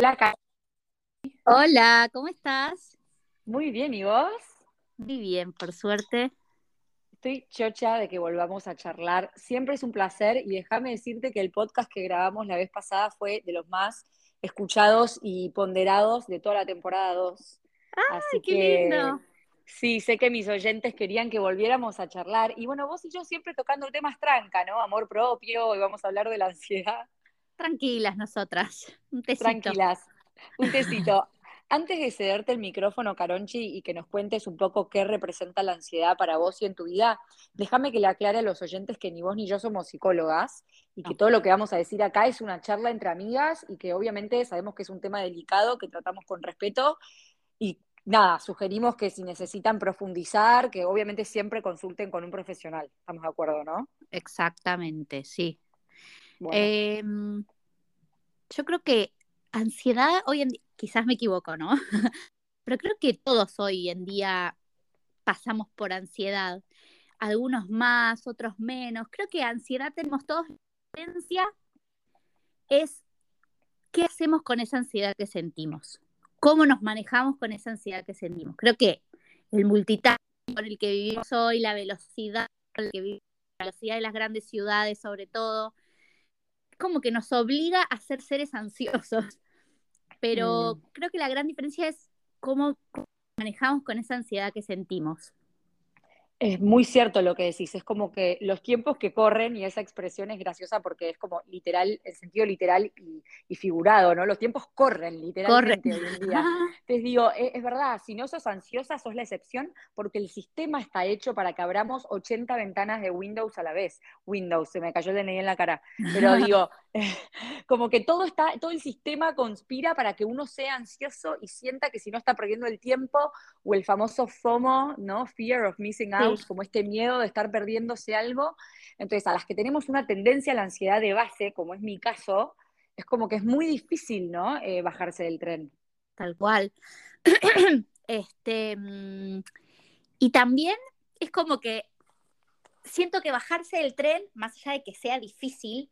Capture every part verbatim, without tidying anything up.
Hola, Ca- Hola, ¿cómo estás? muy bien, ¿y vos? Muy bien, por suerte. Estoy chocha de que volvamos a charlar. Siempre es un placer y déjame decirte que el podcast que grabamos la vez pasada fue de los más escuchados y ponderados de toda la temporada dos. ¡Ay, Así qué que lindo! sí, sé que mis oyentes querían que volviéramos a charlar. Y bueno, vos y yo siempre tocando temas tranca, ¿no? Amor propio, y vamos a hablar de la ansiedad. Tranquilas nosotras. Un tecito. Tranquilas, un tecito. Antes de cederte el micrófono, Caronchi, y que nos cuentes un poco qué representa la ansiedad para vos y en tu vida, déjame que le aclare a los oyentes que ni vos ni yo somos psicólogas y que No, todo lo que vamos a decir acá es una charla entre amigas y que obviamente sabemos que es un tema delicado que tratamos con respeto y nada, sugerimos que si necesitan profundizar, que obviamente siempre consulten con un profesional. ¿Estamos de acuerdo, no? exactamente, sí. Bueno. Em, yo creo que ansiedad hoy en día, quizás me equivoco, ¿no? Pero creo que todos hoy en día pasamos por ansiedad. Algunos más, otros menos. Creo que ansiedad tenemos todos. La diferencia es qué hacemos con esa ansiedad que sentimos. Cómo nos manejamos con esa ansiedad que sentimos. Creo que el multitasking con el que vivimos hoy, la velocidad con la que vivimos, la velocidad de las grandes ciudades sobre todo, es como que nos obliga a ser seres ansiosos. Pero Mm. creo que la gran diferencia es cómo manejamos con esa ansiedad que sentimos. Es muy cierto lo que decís, es como que los tiempos que corren, y esa expresión es graciosa porque es como literal, el sentido literal y, y figurado, ¿no? Los tiempos corren Corre. literalmente hoy en día. Entonces digo, es, es verdad, si no sos ansiosa, sos la excepción porque el sistema está hecho para que abramos ochenta ventanas de Windows a la vez. Windows, se me cayó el D N I en la cara, pero digo, como que todo está, todo el sistema conspira para que uno sea ansioso y sienta que si no está perdiendo el tiempo o el famoso FOMO, ¿no? Fear of missing Sí, out, como este miedo de estar perdiéndose algo. Entonces, a las que tenemos una tendencia a la ansiedad de base, como es mi caso, es como que es muy difícil, ¿no? Eh, bajarse del tren. tal cual. Este, mm, y también es como que siento que bajarse del tren, más allá de que sea difícil,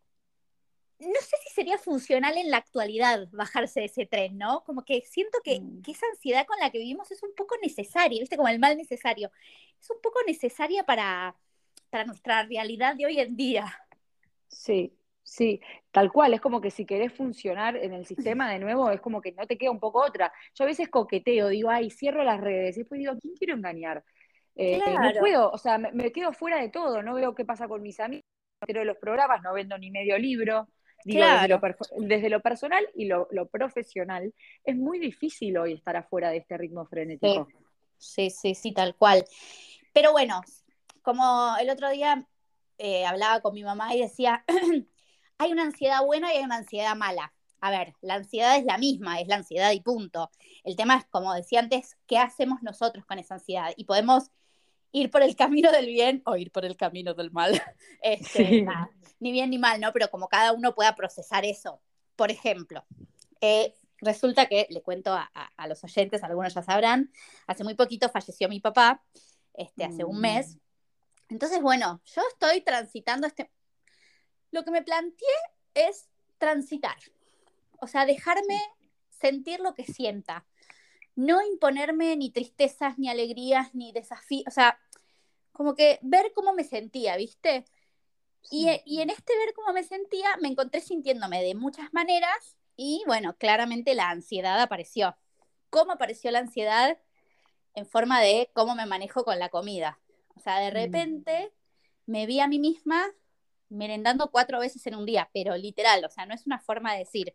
no sé si sería funcional en la actualidad bajarse de ese tren, ¿no? Como que siento que, Mm. que esa ansiedad con la que vivimos es un poco necesaria, ¿viste? Como el mal necesario. Es un poco necesaria para, para nuestra realidad de hoy en día. Sí, sí, tal cual, es como que si querés funcionar en el sistema de nuevo, es como que no te queda un poco otra. Yo a veces coqueteo, digo, ay, cierro las redes, y después digo, ¿quién quiero engañar? Eh, no Claro, puedo, o sea, me, me quedo fuera de todo, no veo qué pasa con mis amigos, no me entero de los programas, no vendo ni medio libro, digo, desde lo, claro. perf- desde lo personal y lo, lo profesional, es muy difícil hoy estar afuera de este ritmo Sí, frenético. sí, sí, sí, tal cual. Pero bueno, como el otro día eh, hablaba con mi mamá y decía, hay una ansiedad buena y hay una ansiedad mala. A ver, la ansiedad es la misma, es la ansiedad y punto. El tema es, como decía antes, ¿qué hacemos nosotros con esa ansiedad? Y podemos ir por el camino del bien o ir por el camino del mal. Este, Sí. nada, ni bien ni mal, ¿no? Pero como cada uno pueda procesar eso. Por ejemplo, eh, resulta que, le cuento a, a, a, los oyentes, algunos ya sabrán, hace muy poquito falleció mi papá, este, hace un Mm, mes. Entonces, bueno, yo estoy transitando este... Lo que me planteé es transitar, o sea, dejarme sí. sentir lo que sienta, no imponerme ni tristezas, ni alegrías, ni desafíos, o sea, como que ver cómo me sentía, ¿viste? Y, Sí. y en este ver cómo me sentía, me encontré sintiéndome de muchas maneras y bueno, claramente la ansiedad apareció. ¿Cómo apareció la ansiedad? En forma de cómo me manejo con la comida. O sea, de Mm. repente me vi a mí misma merendando cuatro veces en un día, pero literal, o sea, no es una forma de decir.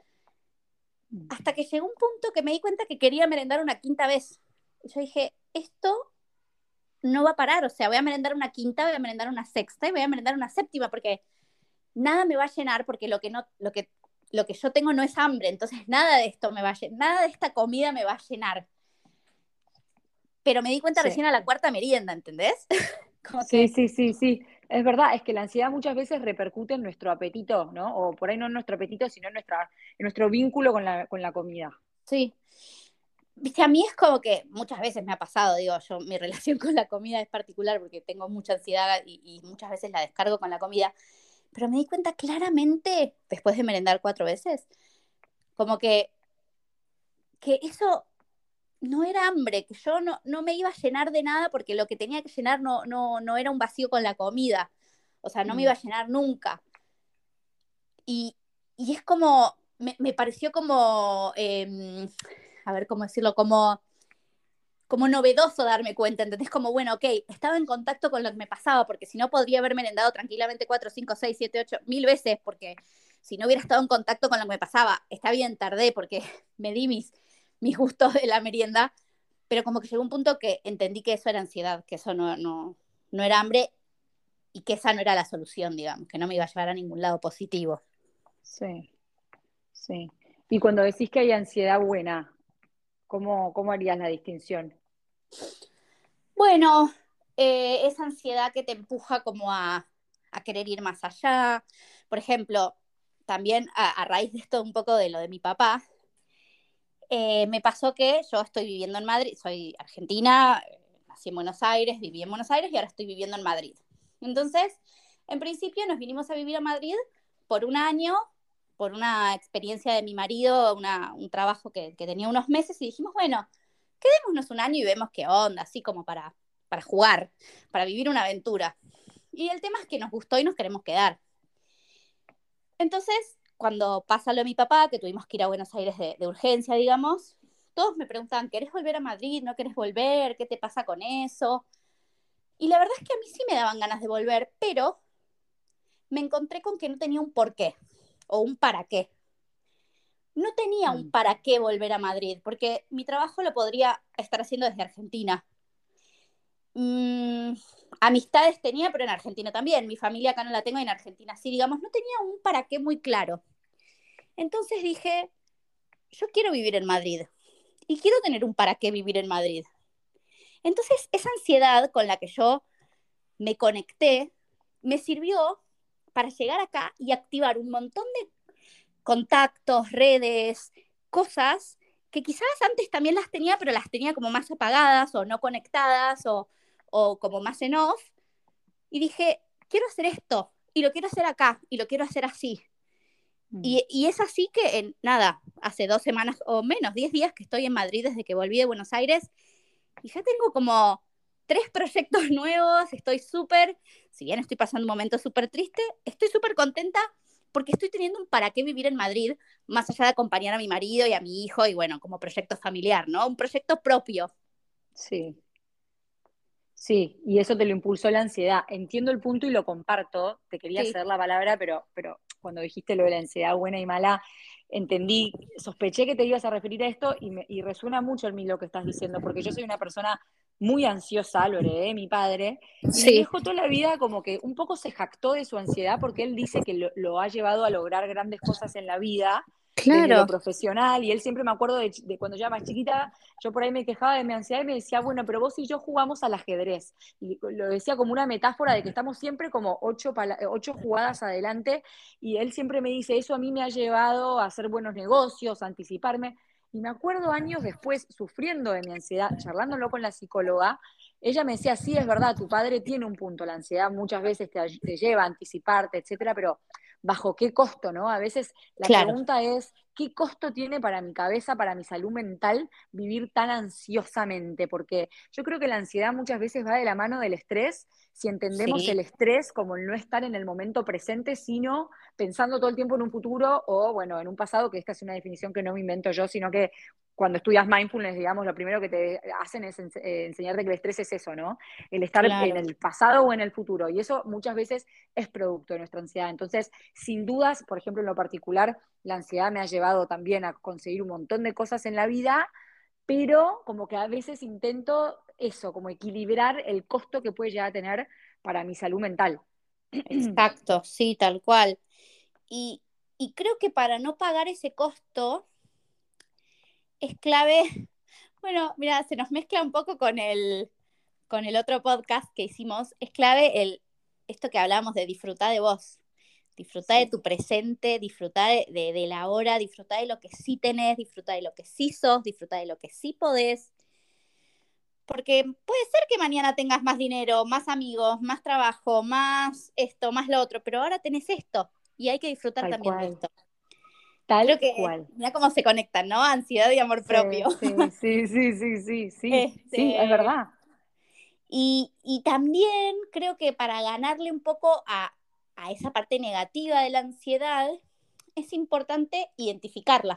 Mm. Hasta que llegó un punto que me di cuenta que quería merendar una quinta vez. Y yo dije, esto no va a parar, o sea, voy a merendar una quinta, voy a merendar una sexta y voy a merendar una séptima, porque nada me va a llenar, porque lo que, no, lo que, lo que yo tengo no es hambre, entonces nada de esto me va a llenar, nada de esta comida me va a llenar. Pero me di cuenta Sí. recién a la cuarta merienda, ¿entendés? Como Sí, que sí, sí, sí. Es verdad, es que la ansiedad muchas veces repercute en nuestro apetito, ¿no? O por ahí no en nuestro apetito, sino en, nuestra, en nuestro vínculo con la, con la comida. sí. Viste, a mí es como que muchas veces me ha pasado, digo, yo mi relación con la comida es particular porque tengo mucha ansiedad y, y muchas veces la descargo con la comida, pero me di cuenta claramente, después de merendar cuatro veces, Como que, que eso no era hambre, que yo no, no me iba a llenar de nada porque lo que tenía que llenar no, no, no era un vacío con la comida. O sea, no me iba Mm. a llenar nunca. Y, y es como, me, me pareció como, eh, a ver cómo decirlo, como, como novedoso darme cuenta, ¿entendés? Como, bueno, ok, estaba en contacto con lo que me pasaba, porque si no podría haber merendado tranquilamente cuatro, cinco, seis, siete, ocho, mil veces, porque si no hubiera estado en contacto con lo que me pasaba, está bien, tardé, porque me di mis, mis gustos de la merienda, pero como que llegó un punto que entendí que eso era ansiedad, que eso no, no, no era hambre y que esa no era la solución, digamos, que no me iba a llevar a ningún lado positivo. Sí, sí. Y cuando decís que hay ansiedad buena, ¿cómo, cómo harías la distinción? Bueno, eh, esa ansiedad que te empuja como a, a querer ir más allá. Por ejemplo, también a, a raíz de esto un poco de lo de mi papá, eh, me pasó que yo estoy viviendo en Madrid, soy argentina, eh, nací en Buenos Aires, viví en Buenos Aires y ahora estoy viviendo en Madrid. Entonces, en principio nos vinimos a vivir a Madrid por un año, por una experiencia de mi marido, una, un trabajo que, que tenía unos meses y dijimos, bueno, quedémonos un año y vemos qué onda, así como para, para jugar, para vivir una aventura. Y el tema es que nos gustó y nos queremos quedar. Entonces, cuando pasa lo de mi papá, que tuvimos que ir a Buenos Aires de, de urgencia, digamos, todos me preguntan, ¿querés volver a Madrid? ¿No querés volver? ¿Qué te pasa con eso? Y la verdad es que a mí sí me daban ganas de volver, pero me encontré con que no tenía un porqué o un para qué. No tenía un Mm. para qué volver a Madrid, porque mi trabajo lo podría estar haciendo desde Argentina. Mm, amistades tenía, pero en Argentina también. Mi familia acá no la tengo y en Argentina sí, digamos, no tenía un para qué muy claro. Entonces dije, yo quiero vivir en Madrid y quiero tener un para qué vivir en Madrid. Entonces, esa ansiedad con la que yo me conecté me sirvió para llegar acá y activar un montón de contactos, redes, cosas que quizás antes también las tenía, pero las tenía como más apagadas o no conectadas o, o como más en off. Y dije, quiero hacer esto y lo quiero hacer acá y lo quiero hacer así. Mm. Y, y es así que, en nada, hace dos semanas o menos, diez días que estoy en Madrid desde que volví de Buenos Aires y ya tengo como tres proyectos nuevos, estoy súper, si bien estoy pasando un momento súper triste, estoy súper contenta porque estoy teniendo un para qué vivir en Madrid, más allá de acompañar a mi marido y a mi hijo y bueno, como proyecto familiar, ¿no? Un proyecto propio. Sí, sí, y eso te lo impulsó la ansiedad. Entiendo el punto y lo comparto. Te quería Sí, ceder la palabra, pero, pero cuando dijiste lo de la ansiedad buena y mala, entendí, sospeché que te ibas a referir a esto y, me, y resuena mucho en mí lo que estás diciendo, porque yo soy una persona muy ansiosa, lo heredé de mi padre, y mi sí, viejo toda la vida como que un poco se jactó de su ansiedad porque él dice que lo, lo ha llevado a lograr grandes cosas en la vida desde lo claro. profesional, y él siempre me acuerdo de, de cuando yo era más chiquita, yo por ahí me quejaba de mi ansiedad y me decía, bueno, pero vos y yo jugamos al ajedrez. Y lo decía como una metáfora de que estamos siempre como ocho, ocho jugadas adelante, y él siempre me dice, eso a mí me ha llevado a hacer buenos negocios, a anticiparme. Y me acuerdo años después, sufriendo de mi ansiedad, charlándolo con la psicóloga, ella me decía, sí, es verdad, tu padre tiene un punto, la ansiedad muchas veces te, te lleva a anticiparte, etcétera, pero ¿bajo qué costo, no? A veces la Claro, pregunta es, ¿qué costo tiene para mi cabeza, para mi salud mental, vivir tan ansiosamente? Porque yo creo que la ansiedad muchas veces va de la mano del estrés, si entendemos sí, el estrés como el no estar en el momento presente, sino pensando todo el tiempo en un futuro o, bueno, en un pasado, que esta es una definición que no me invento yo, sino que cuando estudias mindfulness, digamos, lo primero que te hacen es ens eh, enseñarte que el estrés es eso, ¿no? El estar en claro. el pasado o en el futuro. Y eso muchas veces es producto de nuestra ansiedad. Entonces, sin dudas, por ejemplo, en lo particular, la ansiedad me ha llevado también a conseguir un montón de cosas en la vida, pero como que a veces intento eso, como equilibrar el costo que puede llegar a tener para mi salud mental. Exacto, sí, tal cual. Y, y creo que para no pagar ese costo es clave, bueno, mira, se nos mezcla un poco con el, con el otro podcast que hicimos, es clave el, esto que hablábamos de disfrutar de vos, disfrutar de Sí, tu presente, disfrutar de, de, de la hora, disfrutar de lo que sí tenés, disfrutar de lo que sí sos, disfrutar de lo que sí podés, porque puede ser que mañana tengas más dinero, más amigos, más trabajo, más esto, más lo otro, pero ahora tenés esto y hay que disfrutar tal también de cual. esto. Tal Creo que, cual. mira cómo se conectan, ¿no? Ansiedad y amor Sí, propio. sí, sí, sí, sí, sí, sí, sí, es Este, verdad. y, y también creo que para ganarle un poco a, a esa parte negativa de la ansiedad, es importante identificarla,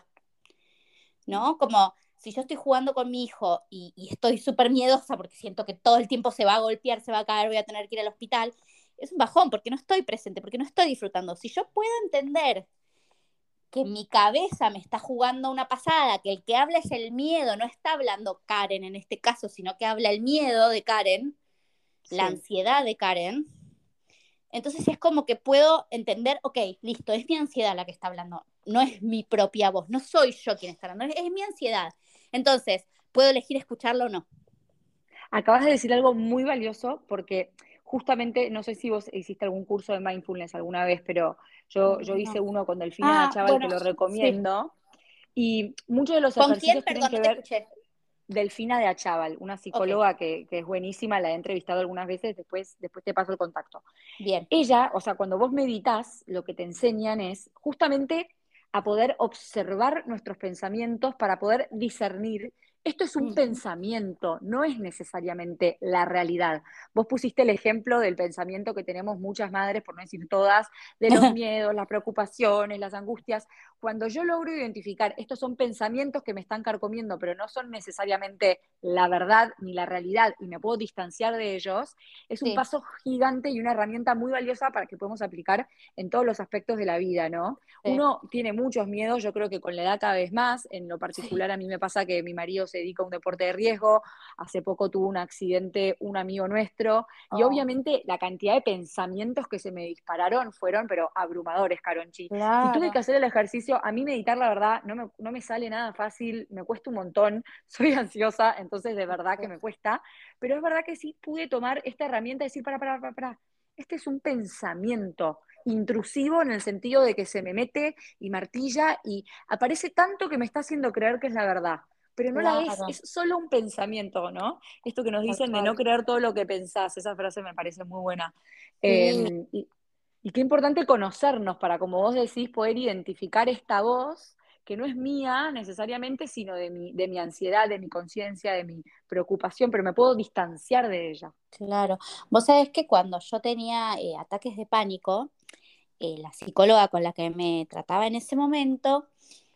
¿no? Como si yo estoy jugando con mi hijo y, y estoy súper miedosa porque siento que todo el tiempo se va a golpear, se va a caer, voy a tener que ir al hospital, es un bajón porque no estoy presente, porque no estoy disfrutando. Si yo puedo entender que mi cabeza me está jugando una pasada, que el que habla es el miedo, no está hablando Karen en este caso, sino que habla el miedo de Karen, la Sí. ansiedad de Karen, entonces es como que puedo entender, ok, listo, es mi ansiedad la que está hablando, no es mi propia voz, no soy yo quien está hablando, es, es mi ansiedad. Entonces, puedo elegir escucharlo o no. Acabas de decir algo muy valioso porque justamente, no sé si vos hiciste algún curso de mindfulness alguna vez, pero yo, yo hice No. uno con Delfina Ah, Achával que bueno, lo sí. recomiendo y muchos de los ¿Con quién? ejercicios tienen Perdón, que no te ver. escuché. Delfina de Achával, una Ok, psicóloga que, que es buenísima, la he entrevistado algunas veces, después, después te paso el contacto. bien. Ella, o sea, cuando vos meditas, lo que te enseñan es justamente a poder observar nuestros pensamientos para poder discernir. Esto es un Ujú. pensamiento, no es necesariamente la realidad. Vos pusiste el ejemplo del pensamiento que tenemos muchas madres, por no decir todas, de los miedos, las preocupaciones, las angustias. Cuando yo logro identificar, estos son pensamientos que me están carcomiendo, pero no son necesariamente la verdad ni la realidad, y me puedo distanciar de ellos, es un Sí, paso gigante y una herramienta muy valiosa para que podamos aplicar en todos los aspectos de la vida, ¿no? sí, Uno tiene muchos miedos, yo creo que con la edad cada vez más, en lo sí. particular a mí me pasa que mi marido se dedica a un deporte de riesgo, hace poco tuvo un accidente un amigo nuestro, y Oh, obviamente la cantidad de pensamientos que se me dispararon fueron, pero abrumadores, Caronchi. Y tuve que claro. hacer el ejercicio, a mí meditar la verdad no me, no me sale nada fácil, me cuesta un montón, soy ansiosa, entonces de verdad que me cuesta, pero es verdad que sí pude tomar esta herramienta y decir, para, para, para, para, este es un pensamiento intrusivo en el sentido de que se me mete y martilla y aparece tanto que me está haciendo creer que es la verdad, pero no la es, Claro, es solo un pensamiento, ¿no? Esto que nos tal dicen de no cual. creer todo lo que pensás, esa frase me parece muy buena. Sí, Eh, y, y qué importante conocernos para, como vos decís, poder identificar esta voz que no es mía necesariamente, sino de mi, de mi ansiedad, de mi conciencia, de mi preocupación, pero me puedo distanciar de ella. claro. Vos sabés que cuando yo tenía eh, ataques de pánico, eh, la psicóloga con la que me trataba en ese momento,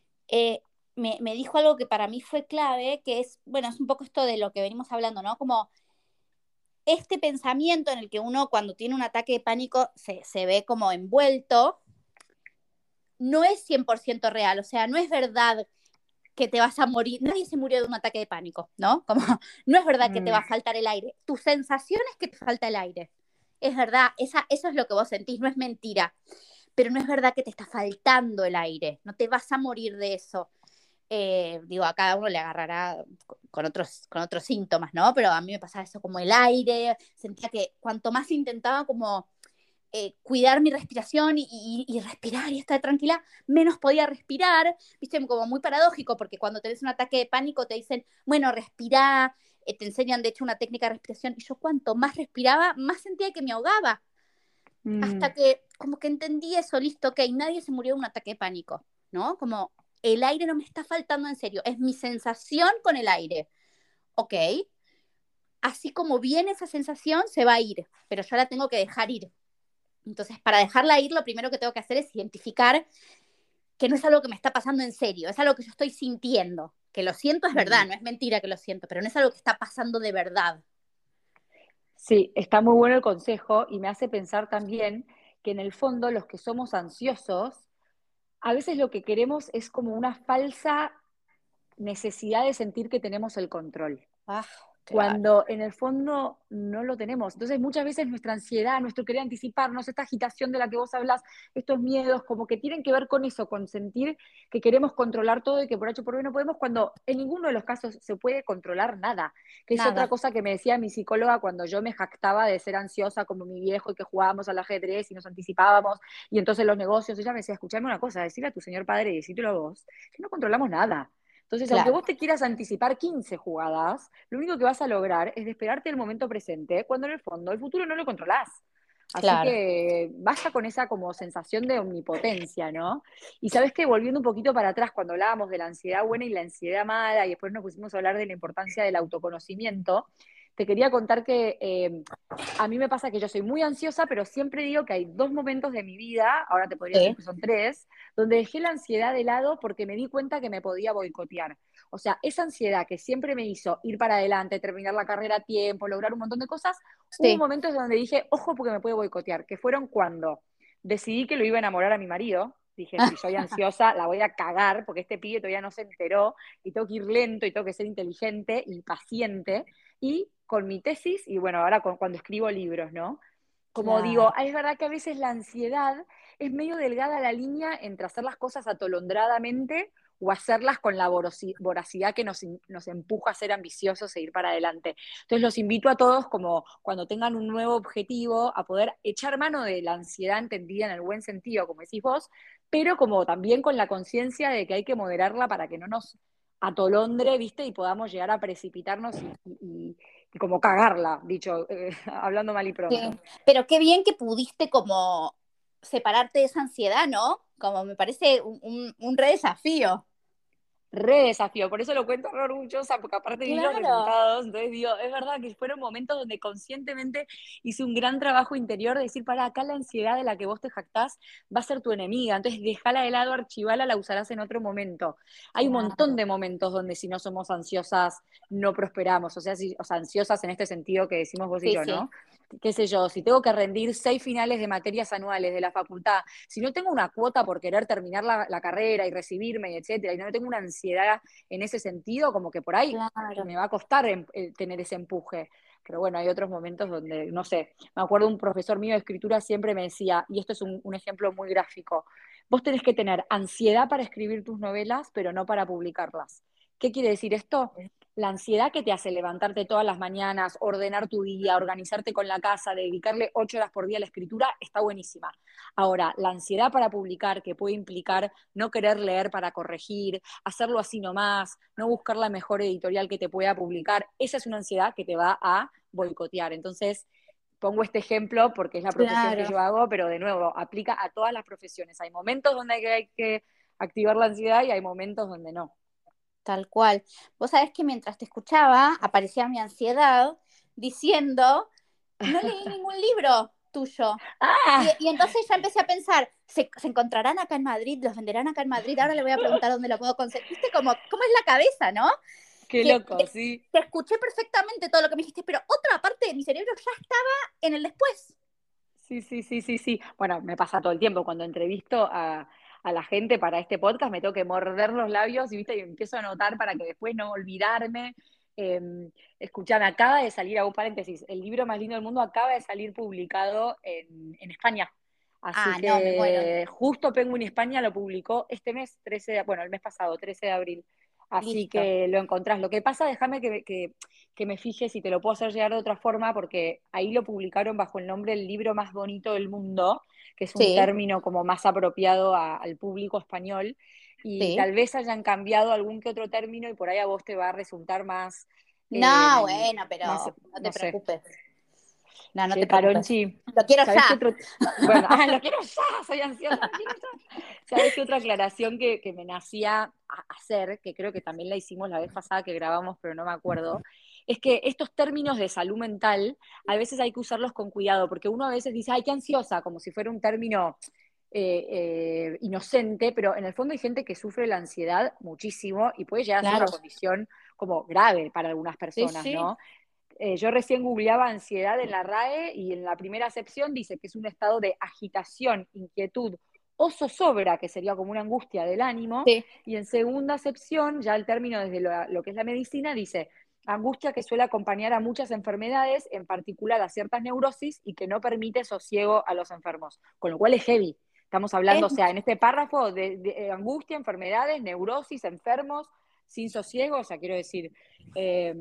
eh, me, me dijo algo que para mí fue clave, que es, bueno, es un poco esto de lo que venimos hablando, ¿no? Como este pensamiento en el que uno cuando tiene un ataque de pánico se, se ve como envuelto, no es cien por ciento real, o sea, no es verdad que te vas a morir, nadie se murió de un ataque de pánico, ¿no? Como no es verdad que te va Mm, a faltar el aire, tu sensación es que te falta el aire, es verdad, esa, eso es lo que vos sentís, no es mentira, pero no es verdad que te está faltando el aire, no te vas a morir de eso. Eh, digo, a cada uno le agarrará con otros, con otros síntomas, ¿no? Pero a mí me pasaba eso como el aire, sentía que cuanto más intentaba como eh, cuidar mi respiración y, y, y, respirar y estar tranquila, menos podía respirar, viste, como muy paradójico, porque cuando tenés un ataque de pánico te dicen, bueno, respirá, eh, te enseñan de hecho una técnica de respiración, y yo cuanto más respiraba, más sentía que me ahogaba, hasta mm. que como que entendí eso, listo, ok, nadie se murió de un ataque de pánico, ¿no? Como el aire no me está faltando en serio, es mi sensación con el aire, ok, así como viene esa sensación, se va a ir, pero yo la tengo que dejar ir. Entonces, para dejarla ir, lo primero que tengo que hacer es identificar que no es algo que me está pasando en serio, es algo que yo estoy sintiendo. Que lo siento es verdad, Mm. no es mentira que lo siento, pero no es algo que está pasando de verdad. Sí, está muy bueno el consejo y me hace pensar también que en el fondo los que somos ansiosos, a veces lo que queremos es como una falsa necesidad de sentir que tenemos el control, Ah, claro. cuando en el fondo no lo tenemos. Entonces muchas veces nuestra ansiedad, nuestro querer anticiparnos, esta agitación de la que vos hablas, estos miedos, como que tienen que ver con eso, con sentir que queremos controlar todo y que por H por B no podemos, cuando en ninguno de los casos se puede controlar nada, que es otra Nada. cosa que me decía mi psicóloga cuando yo me jactaba de ser ansiosa como mi viejo y que jugábamos al ajedrez y nos anticipábamos y entonces los negocios, ella me decía, escuchame una cosa, decirle a tu señor padre y decírtelo a vos, que no controlamos nada. Entonces, aunque Claro. vos te quieras anticipar quince jugadas, lo único que vas a lograr es esperarte el momento presente, cuando en el fondo el futuro no lo controlás. Así Claro. que basta con esa como sensación de omnipotencia, ¿no? Y sabes que volviendo un poquito para atrás, cuando hablábamos de la ansiedad buena y la ansiedad mala, y después nos pusimos a hablar de la importancia del autoconocimiento, te quería contar que eh, a mí me pasa que yo soy muy ansiosa, pero siempre digo que hay dos momentos de mi vida, ahora te podría decir Sí. que son tres, donde dejé la ansiedad de lado porque me di cuenta que me podía boicotear. O sea, esa ansiedad que siempre me hizo ir para adelante, terminar la carrera a tiempo, lograr un montón de cosas, hubo Sí. momentos donde dije, ojo porque me puede boicotear, que fueron cuando decidí que lo iba a enamorar a mi marido. Dije, si soy ansiosa, la voy a cagar porque este pibe todavía no se enteró y tengo que ir lento y tengo que ser inteligente y paciente. Y con mi tesis, y bueno, ahora con, cuando escribo libros, ¿no? Como digo, Claro. es verdad que a veces la ansiedad es medio delgada la línea entre hacer las cosas atolondradamente o hacerlas con la voracidad que nos, nos empuja a ser ambiciosos e ir para adelante. Entonces los invito a todos, como cuando tengan un nuevo objetivo, a poder echar mano de la ansiedad entendida en el buen sentido, como decís vos, pero como también con la conciencia de que hay que moderarla para que no nos atolondre, ¿viste? Y podamos llegar a precipitarnos y, y, y, y como cagarla, dicho, eh, hablando mal y Sí. pronto. Pero qué bien que pudiste como separarte de esa ansiedad, ¿no? Como me parece un, un, un re desafío. Re desafío, por eso lo cuento re orgullosa, porque aparte vi los Claro. resultados, entonces digo, es verdad que fueron momentos donde conscientemente hice un gran trabajo interior de decir, para acá la ansiedad de la que vos te jactás va a ser tu enemiga, entonces dejala de lado, archivala, la usarás en otro momento. Hay un montón Claro. de momentos donde si no somos ansiosas no prosperamos, o sea, si, o sea, ansiosas en este sentido que decimos vos y Sí, yo, sí. ¿no? Qué sé yo, si tengo que rendir seis finales de materias anuales de la facultad, si no tengo una cuota por querer terminar la, la carrera y recibirme, etcétera, y no tengo una ansiedad en ese sentido, como que por ahí Claro. me va a costar em, eh, tener ese empuje. Pero bueno, hay otros momentos donde, no sé, me acuerdo un profesor mío de escritura siempre me decía, y esto es un, un ejemplo muy gráfico, vos tenés que tener ansiedad para escribir tus novelas, pero no para publicarlas. ¿Qué quiere decir esto? La ansiedad que te hace levantarte todas las mañanas, ordenar tu día, organizarte con la casa, dedicarle ocho horas por día a la escritura, está buenísima. Ahora, la ansiedad para publicar, que puede implicar no querer leer para corregir, hacerlo así nomás, no buscar la mejor editorial que te pueda publicar, esa es una ansiedad que te va a boicotear. Entonces, pongo este ejemplo porque es la profesión que Claro. yo hago, pero de nuevo, aplica a todas las profesiones. Hay momentos donde hay que, hay que activar la ansiedad y hay momentos donde no. Tal cual. Vos sabés que mientras te escuchaba, aparecía mi ansiedad diciendo, no leí ningún libro tuyo. Y, ¡Ah! y entonces ya empecé a pensar, ¿se, ¿se encontrarán acá en Madrid? ¿Los venderán acá en Madrid? Ahora le voy a preguntar dónde lo puedo conseguir. ¿Viste cómo, cómo es la cabeza, no? ¡Qué Que loco, te, sí! te escuché perfectamente todo lo que me dijiste, pero otra parte de mi cerebro ya estaba en el después. Sí, sí, sí, sí, sí. Bueno, me pasa todo el tiempo cuando entrevisto a, a la gente para este podcast, me tengo que morder los labios y, ¿viste? Y empiezo a anotar para que después no olvidarme. Eh, Escuchame, acaba de salir, hago un paréntesis, el libro más lindo del mundo acaba de salir publicado en, en España. Así Ah, no, me muero. que justo Penguin España lo publicó este mes, trece de, bueno, el mes pasado, trece de abril. Así Listo. que lo encontrás. Lo que pasa, déjame que, que, que me fijes si te lo puedo hacer llegar de otra forma, porque ahí lo publicaron bajo el nombre El libro más bonito del mundo, que es un Sí, término como más apropiado a- al público español, y sí. tal vez hayan cambiado algún que otro término y por ahí a vos te va a resultar más, eh, No, bueno, más, pero no te no sé. preocupes. No, no Che, te preocupes. Caronchi, Lo quiero ¿sabés qué ya. otro? Bueno, ah, lo quiero ya, soy ansiosa, lo quiero ya. ¿Sabés qué otra aclaración que, que me nacía a hacer, que creo que también la hicimos la vez pasada que grabamos, pero no me acuerdo? Es que estos términos de salud mental, a veces hay que usarlos con cuidado, porque uno a veces dice, ay, qué ansiosa, como si fuera un término eh, eh, inocente, pero en el fondo hay gente que sufre la ansiedad muchísimo y puede llegar a ser una Claro. condición como grave para algunas Sí, personas, sí. ¿no? Eh, yo recién googleaba ansiedad en la R A E y en la primera acepción dice que es un estado de agitación, inquietud o zozobra, que sería como una angustia del ánimo, Sí. y en segunda acepción, ya el término desde lo, lo que es la medicina, dice angustia que suele acompañar a muchas enfermedades, en particular a ciertas neurosis, y que no permite sosiego a los enfermos, con lo cual es heavy. Estamos hablando, Es, o sea, en este párrafo de, de angustia, enfermedades, neurosis, enfermos, sin sosiego, o sea, quiero decir, eh,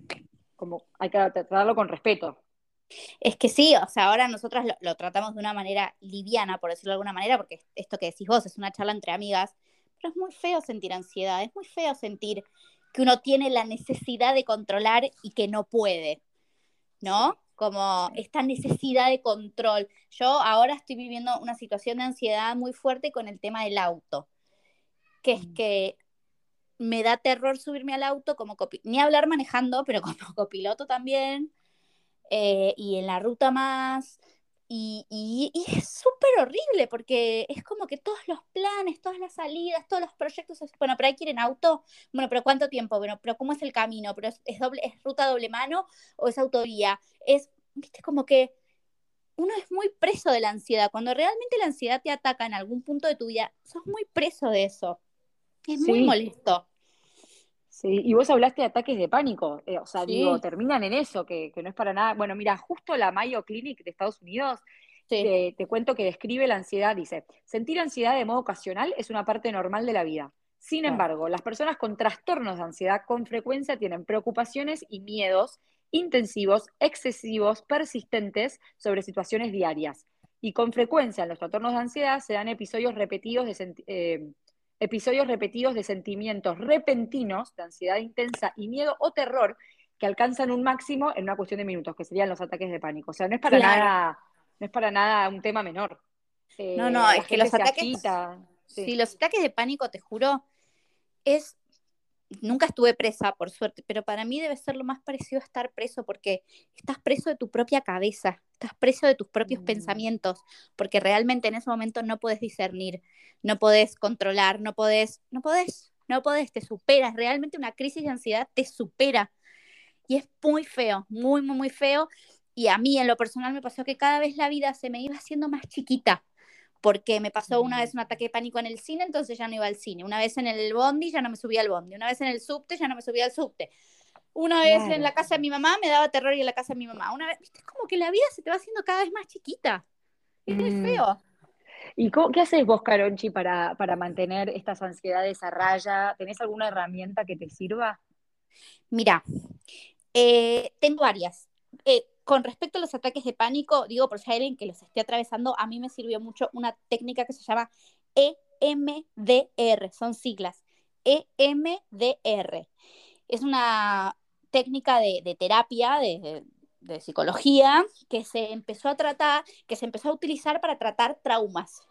como hay que tratarlo con respeto. es que sí, o sea, ahora nosotras lo, lo tratamos de una manera liviana, por decirlo de alguna manera, porque esto que decís vos es una charla entre amigas, pero es muy feo sentir ansiedad, es muy feo sentir que uno tiene la necesidad de controlar y que no puede, Sí, ¿no? como esta necesidad de control. Yo ahora estoy viviendo una situación de ansiedad muy fuerte con el tema del auto, que es que me da terror subirme al auto como copi- ni hablar manejando, pero como copiloto también, eh, y en la ruta más, y, y, y es súper horrible, porque es como que todos los planes, todas las salidas, todos los proyectos, es, bueno, pero hay que ir en auto, bueno, pero ¿cuánto tiempo? Bueno, pero ¿cómo es el camino? ¿Pero es, es, doble, es ruta doble mano o es autovía? Es, viste, como que uno es muy preso de la ansiedad. Cuando realmente la ansiedad te ataca en algún punto de tu vida, sos muy preso de eso. Es muy Sí, molesto. sí, y vos hablaste de ataques de pánico, eh, o sea, digo, Sí, terminan en eso, que, que no es para nada. Bueno, mira, justo la Mayo Clinic de Estados Unidos, sí, te, te cuento que describe la ansiedad, dice, sentir ansiedad de modo ocasional es una parte normal de la vida. Sin claro. embargo, las personas con trastornos de ansiedad con frecuencia tienen preocupaciones y miedos intensivos, excesivos, persistentes sobre situaciones diarias. Y con frecuencia en los trastornos de ansiedad se dan episodios repetidos de, senti- eh, episodios repetidos de sentimientos repentinos, de ansiedad intensa y miedo o terror que alcanzan un máximo en una cuestión de minutos, que serían los ataques de pánico. O sea, no es para Claro. nada, no es para nada un tema menor. No, no, Eh, la es que gente los se ataques, agita, sí, sí. los ataques de pánico, te juro, es, nunca estuve presa, por suerte, pero para mí debe ser lo más parecido a estar preso, porque estás preso de tu propia cabeza, estás preso de tus propios Mm, pensamientos, porque realmente en ese momento no podés discernir, no podés controlar, no podés, no podés, no podés, te superas, realmente una crisis de ansiedad te supera, y es muy feo, muy, muy, muy feo, y a mí en lo personal me pasó que cada vez la vida se me iba haciendo más chiquita, porque me pasó una mm, vez un ataque de pánico en el cine, entonces ya no iba al cine. Una vez en el bondi, ya no me subía al bondi. Una vez en el subte, ya no me subía al subte. Una vez en la claro. casa de mi mamá, me daba terror ir a la casa de mi mamá. Una vez, viste, es como que la vida se te va haciendo cada vez más chiquita. Es muy Mm. feo. ¿Y cómo- qué haces vos, Caronchi, para, para mantener estas ansiedades a raya? ¿Tenés alguna herramienta que te sirva? Mira, eh, tengo varias. Eh, con respecto a los ataques de pánico, digo, por si hay alguien que los esté atravesando, a mí me sirvió mucho una técnica que se llama E M D R, son siglas. E M D R. Es una técnica de, de terapia, de, de, psicología, que se empezó a tratar, que se empezó a utilizar para tratar traumas.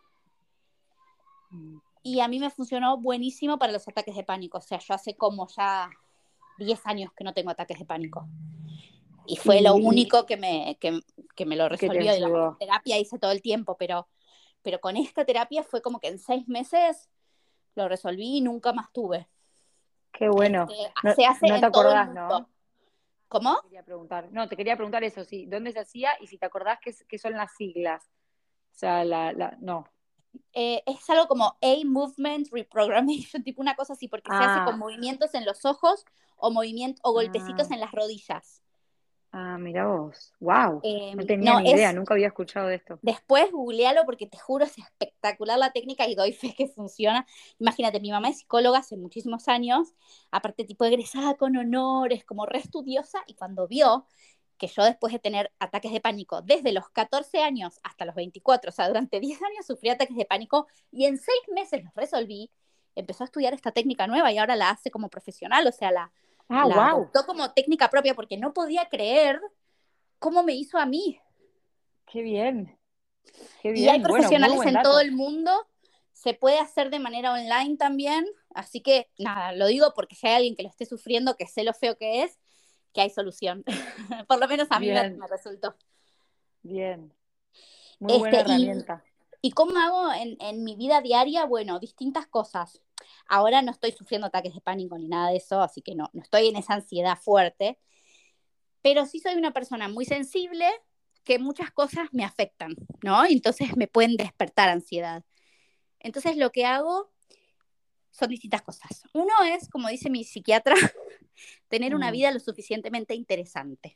Mm. Y a mí me funcionó buenísimo para los ataques de pánico. O sea, yo hace como ya diez años que no tengo ataques de pánico. Y fue lo Y, único que me, que, que me lo y que te resolvió. Digamos, ayudó. terapia hice todo el tiempo, pero, pero con esta terapia fue como que en seis meses lo resolví y nunca más tuve. Qué bueno. Este, No, se hace no te en todo el acordás, mundo. ¿no? ¿Cómo? Te quería preguntar. No, te quería preguntar eso, sí. ¿Dónde se hacía? Y si te acordás qué, qué son las siglas. O sea, la, la, no. Eh, es algo como A Movement Reprogrammation, tipo una cosa así, porque se hace con Ah, movimientos en los ojos o, movimiento, o golpecitos ah, en las rodillas. ah, mira vos. Wow. Eh, No tenía no, ni idea, es, nunca había escuchado de esto. después googlealo porque te juro es espectacular la técnica y doy fe que funciona. Imagínate, mi mamá es psicóloga hace muchísimos años, aparte tipo egresada con honores, como re estudiosa, y cuando vio que yo después de tener ataques de pánico desde los catorce años hasta los veinticuatro, o sea, durante diez años sufrí ataques de pánico y en seis meses los resolví, empezó a estudiar esta técnica nueva y ahora la hace como profesional, o sea, la, Ah, la wow. adoptó como técnica propia porque no podía creer cómo me hizo a mí. Qué bien. Qué Y hay bien. Bueno, muy profesionales buen en todo dato. el mundo, se puede hacer de manera online también, así que nada, lo digo porque si hay alguien que lo esté sufriendo, que sé lo feo que es, que hay solución. Por lo menos a mí me, Bien, me resultó. bien. Muy buena Este, y, herramienta. ¿Y cómo hago en, en mi vida diaria? Bueno, distintas cosas. Ahora no estoy sufriendo ataques de pánico ni nada de eso, así que no, no estoy en esa ansiedad fuerte, pero sí soy una persona muy sensible que muchas cosas me afectan, ¿no? Entonces me pueden despertar ansiedad. Entonces lo que hago son distintas cosas. Uno es, como dice mi psiquiatra, tener una Mm, vida lo suficientemente interesante.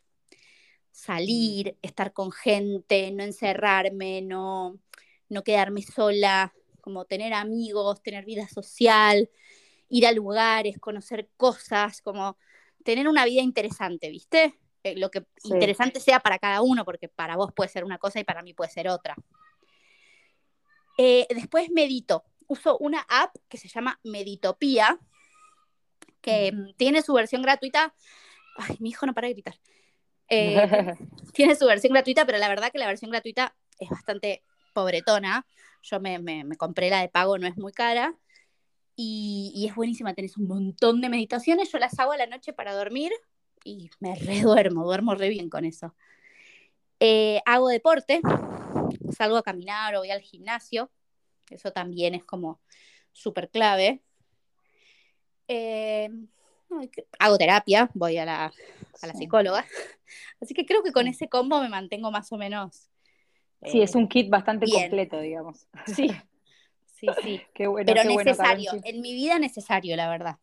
mm, Salir, estar con gente, no encerrarme, no, no quedarme sola, como tener amigos, tener vida social, ir a lugares, conocer cosas, como tener una vida interesante, ¿viste? Eh, lo que sí. interesante sea para cada uno, porque para vos puede ser una cosa y para mí puede ser otra. Eh, después medito. Uso una app que se llama Meditopía, que Mm. mm, tiene su versión gratuita. Ay, mi hijo no para de gritar. Eh, tiene su versión gratuita, pero la verdad que la versión gratuita es bastante pobretona. Yo me, me, me compré la de pago, no es muy cara. Y, y es buenísima, tenés un montón de meditaciones. Yo las hago a la noche para dormir y me reduermo, duermo re bien con eso. Eh, hago deporte, salgo a caminar o voy al gimnasio. Eso también es como súper clave. Eh, hago terapia, voy a la, a la Sí, psicóloga. Así que creo que con sí. ese combo me mantengo más o menos Sí, eh, es un kit bastante bien. completo, digamos. Sí, sí, sí. Qué bueno, Pero qué bueno, necesario, Caronchi. en mi vida necesario, la verdad.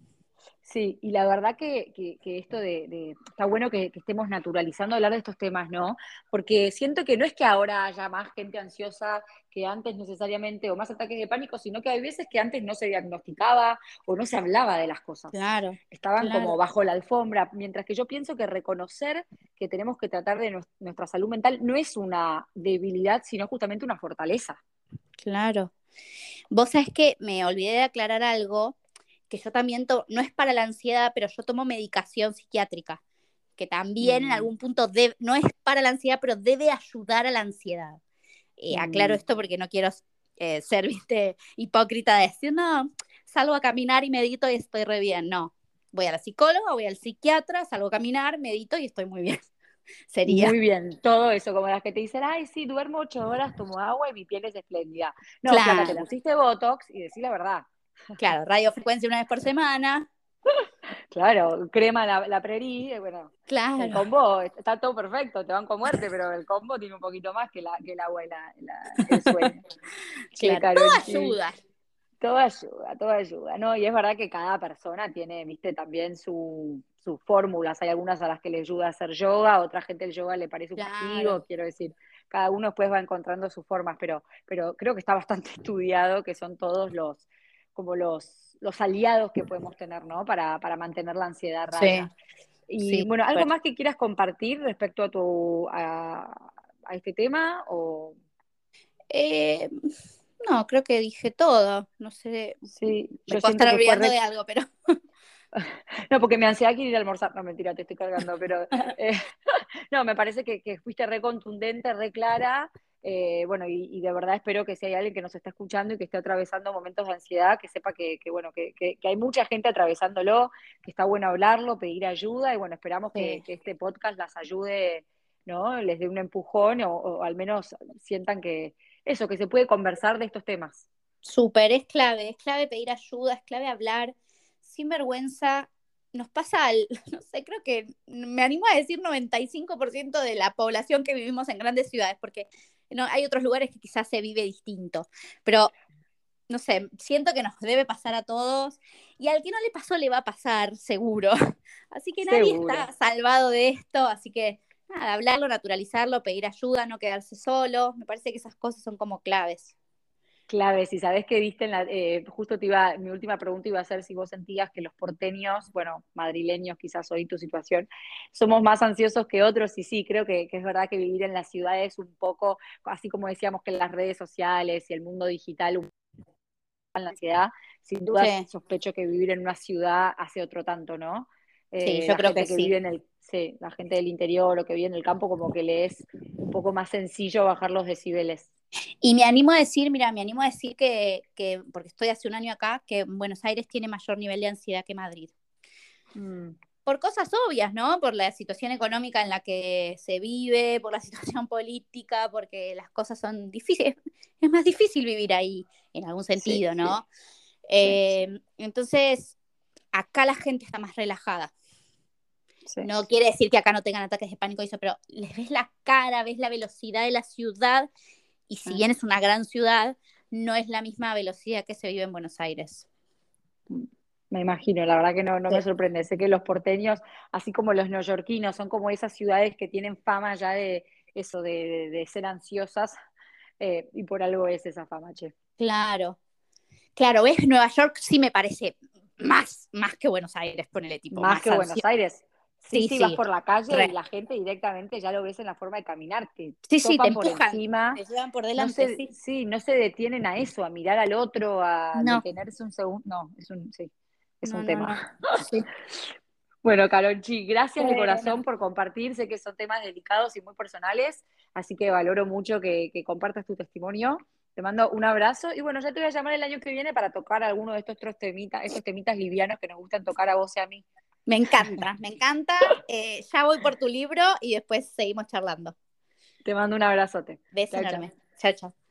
Sí, y la verdad que, que, que esto de, de- está bueno que, que estemos naturalizando hablar de estos temas, ¿no? Porque siento que no es que ahora haya más gente ansiosa que antes necesariamente, o más ataques de pánico, sino que hay veces que antes no se diagnosticaba o no se hablaba de las cosas. Claro, Estaban claro, como bajo la alfombra, mientras que yo pienso que reconocer que tenemos que tratar de nues- nuestra salud mental no es una debilidad, sino justamente una fortaleza. claro. Vos sabés que me olvidé de aclarar algo, que yo también, to- no es para la ansiedad, pero yo tomo medicación psiquiátrica, que también en Mm, algún punto debe- no es para la ansiedad, pero debe ayudar a la ansiedad. Eh, aclaro mm. esto porque no quiero eh, ser, viste, hipócrita de decir, no, salgo a caminar y medito y estoy re bien. No, voy a la psicóloga, voy al psiquiatra, salgo a caminar, medito y estoy muy bien. Sería, Muy bien, todo eso, como las que te dicen, ay, sí, duermo ocho horas, tomo agua y mi piel es espléndida. No, flaca, te claro, pusiste Botox y decí la verdad. claro, radiofrecuencia una vez por semana, Claro, crema la, la Prairie, eh, bueno, el claro, combo está todo perfecto, te van con muerte, pero el combo tiene un poquito más que, la, que el agua y la, la- el sueño. Che, claro, todo Caronchi, ayuda. todo ayuda, todo ayuda, ¿no? Y es verdad que cada persona tiene, viste, también su, sus fórmulas. Hay algunas a las que le ayuda a hacer yoga, a otra gente el yoga le parece un Claro, castigo, quiero decir, cada uno después va encontrando sus formas, pero, pero creo que está bastante estudiado que son todos los, como los, los aliados que podemos tener, ¿no? Para, para mantener la ansiedad a sí, raya. Y sí, bueno, ¿algo súper. más que quieras compartir respecto a tu, a, a este tema? O Eh, no, creo que dije todo. No sé, sí, me yo puedo siento estar que fue olvidando re. de algo, pero No, porque me ansiedad quiere ir a almorzar. No, mentira, te estoy cargando, pero eh, no, me parece que, que fuiste re contundente, re clara. Eh, bueno, y, y de verdad espero que si hay alguien que nos está escuchando y que esté atravesando momentos de ansiedad, que sepa que, que bueno, que, que, que hay mucha gente atravesándolo, que está bueno hablarlo, pedir ayuda, y bueno, esperamos que, sí, que este podcast las ayude, ¿no? Les dé un empujón o, o al menos sientan que eso, que se puede conversar de estos temas. súper, es clave, es clave pedir ayuda, es clave hablar sin vergüenza. Nos pasa al, no sé, creo que me animo a decir noventa y cinco por ciento de la población que vivimos en grandes ciudades, porque no, hay otros lugares que quizás se vive distinto, pero no sé, siento que nos debe pasar a todos y al que no le pasó le va a pasar, seguro. Así que nadie Seguro. está salvado de esto, así que nada, hablarlo, naturalizarlo, pedir ayuda, no quedarse solo, me parece que esas cosas son como claves. Clave, si sabés que viste en la, eh, justo te iba, mi última pregunta iba a ser si vos sentías que los porteños, bueno, madrileños quizás hoy tu situación, somos más ansiosos que otros, y sí, creo que, que es verdad que vivir en las ciudades un poco, así como decíamos que las redes sociales y el mundo digital un poco en la ansiedad, sin duda Sí, sospecho que vivir en una ciudad hace otro tanto, ¿no? sí, Eh, yo la creo que gente que sí. vive en el, sí, la gente del interior o que vive en el campo como que le es un poco más sencillo bajar los decibeles. Y me animo a decir, mira, me animo a decir que, que, porque estoy hace un año acá, que Buenos Aires tiene mayor nivel de ansiedad que Madrid. Mm, Por cosas obvias, ¿no? Por la situación económica en la que se vive, por la situación política, porque las cosas son difíciles. Es más difícil vivir ahí, en algún sí, sentido, ¿no? sí, Eh, entonces, acá la gente está más relajada. sí. No quiere decir que acá no tengan ataques de pánico y eso, pero les ves la cara, ves la velocidad de la ciudad, y si Sí. bien es una gran ciudad, no es la misma velocidad que se vive en Buenos Aires. Me imagino, la verdad que no, no me Sí. sorprende. Sé que los porteños, así como los neoyorquinos, son como esas ciudades que tienen fama ya de eso, de, de- de ser ansiosas, eh, y por algo es esa fama, che. Claro, claro, ves, Nueva York sí me parece más, más que Buenos Aires, ponele tipo, Más más que Buenos ansioso. Aires. Sí, Sí, sí, vas sí, por la calle y re. la gente directamente ya lo ves en la forma de caminar, te Sí, sí, te topan por empujan, encima, te llevan por no delante, se, sí. sí, no se detienen a eso, a mirar al otro, a No, detenerse un segundo. No, es un, sí, es no, un no, tema. no. Sí. Bueno, Calonchi, gracias de Bueno, corazón por compartir. Sé que son temas delicados y muy personales, así que valoro mucho que, que compartas tu testimonio. Te mando un abrazo y bueno, ya te voy a llamar el año que viene para tocar alguno de estos otros temitas, estos temitas livianos que nos gustan tocar a vos y a mí. me encanta, me encanta. Eh, ya voy por tu libro y después seguimos charlando. Te mando un abrazote. Beso Chao, chao. enorme. Chao, chao.